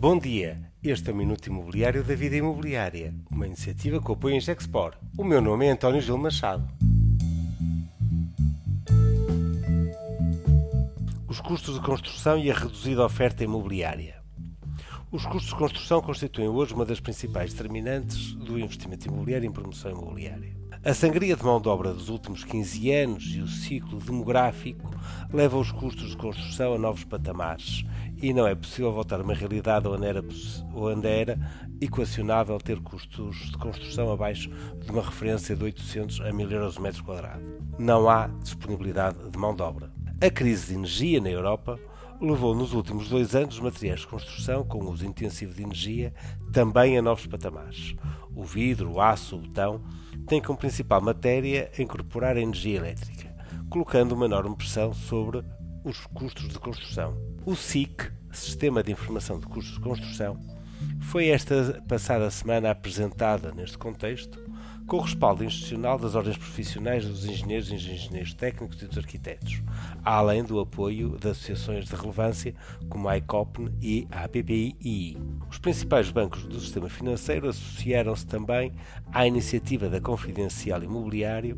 Bom dia, este é o Minuto Imobiliário da Vida Imobiliária, uma iniciativa que apoia a Gexpor. O meu nome é António Gil Machado. Os custos de construção e a reduzida oferta imobiliária. Os custos de construção constituem hoje uma das principais determinantes do investimento imobiliário em promoção imobiliária. A sangria de mão de obra dos últimos 15 anos e o ciclo demográfico levam os custos de construção a novos patamares e não é possível voltar a uma realidade onde era equacionável ter custos de construção abaixo de uma referência de 800 a 1000 euros o metro quadrado. Não há disponibilidade de mão de obra. A crise de energia na Europa levou nos últimos 2 anos os materiais de construção com uso intensivo de energia também a novos patamares. O vidro, o aço, o betão têm como principal matéria incorporar a energia elétrica, colocando uma enorme pressão sobre os custos de construção. O SIC, Sistema de Informação de Custos de Construção, foi esta passada semana apresentada neste contexto, com o respaldo institucional das ordens profissionais dos engenheiros e engenheiros técnicos e dos arquitetos, além do apoio de associações de relevância como a ICOPN e a APPI. Os principais bancos do sistema financeiro associaram-se também à iniciativa da Confidencial Imobiliário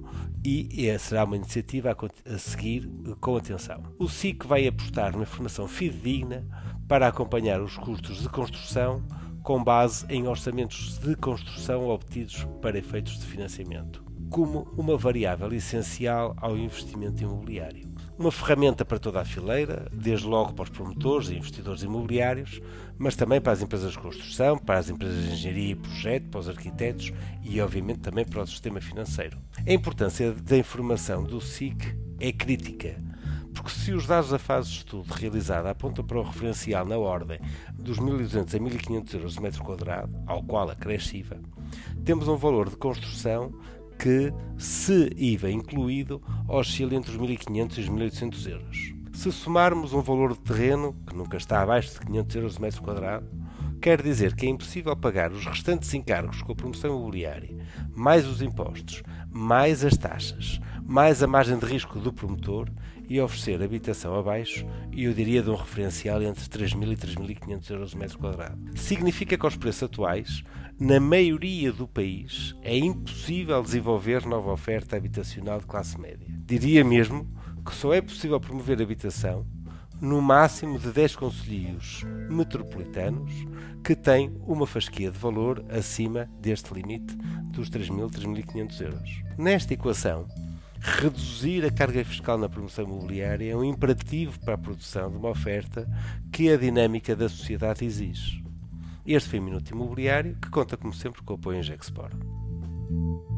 e será uma iniciativa a seguir com atenção. O SIC vai apostar numa informação fidedigna para acompanhar os custos de construção com base em orçamentos de construção obtidos para efeitos de financiamento, como uma variável essencial ao investimento imobiliário. Uma ferramenta para toda a fileira, desde logo para os promotores e investidores imobiliários, mas também para as empresas de construção, para as empresas de engenharia e projeto, para os arquitetos e, obviamente, também para o sistema financeiro. A importância da informação do SIC é crítica, porque se os dados da fase de estudo realizada apontam para o referencial na ordem dos 1.200 a 1.500 euros o metro quadrado, ao qual acresce IVA, temos um valor de construção que, se IVA incluído, oscila entre os 1.500 e os 1.800 euros. Se somarmos um valor de terreno, que nunca está abaixo de 500 euros o metro quadrado, quer dizer que é impossível pagar os restantes encargos com a promoção imobiliária, mais os impostos, mais as taxas, mais a margem de risco do promotor e oferecer habitação abaixo, e eu diria de um referencial entre 3.000 e 3.500 euros o metro quadrado. Significa que aos preços atuais, na maioria do país, é impossível desenvolver nova oferta habitacional de classe média. Diria mesmo que só é possível promover habitação no máximo de 10 concelhos metropolitanos que têm uma fasquia de valor acima deste limite dos 3.000, 3.500 euros. Nesta equação, reduzir a carga fiscal na promoção imobiliária é um imperativo para a produção de uma oferta que a dinâmica da sociedade exige. Este foi o Minuto Imobiliário, que conta como sempre com o apoio em Gexpor.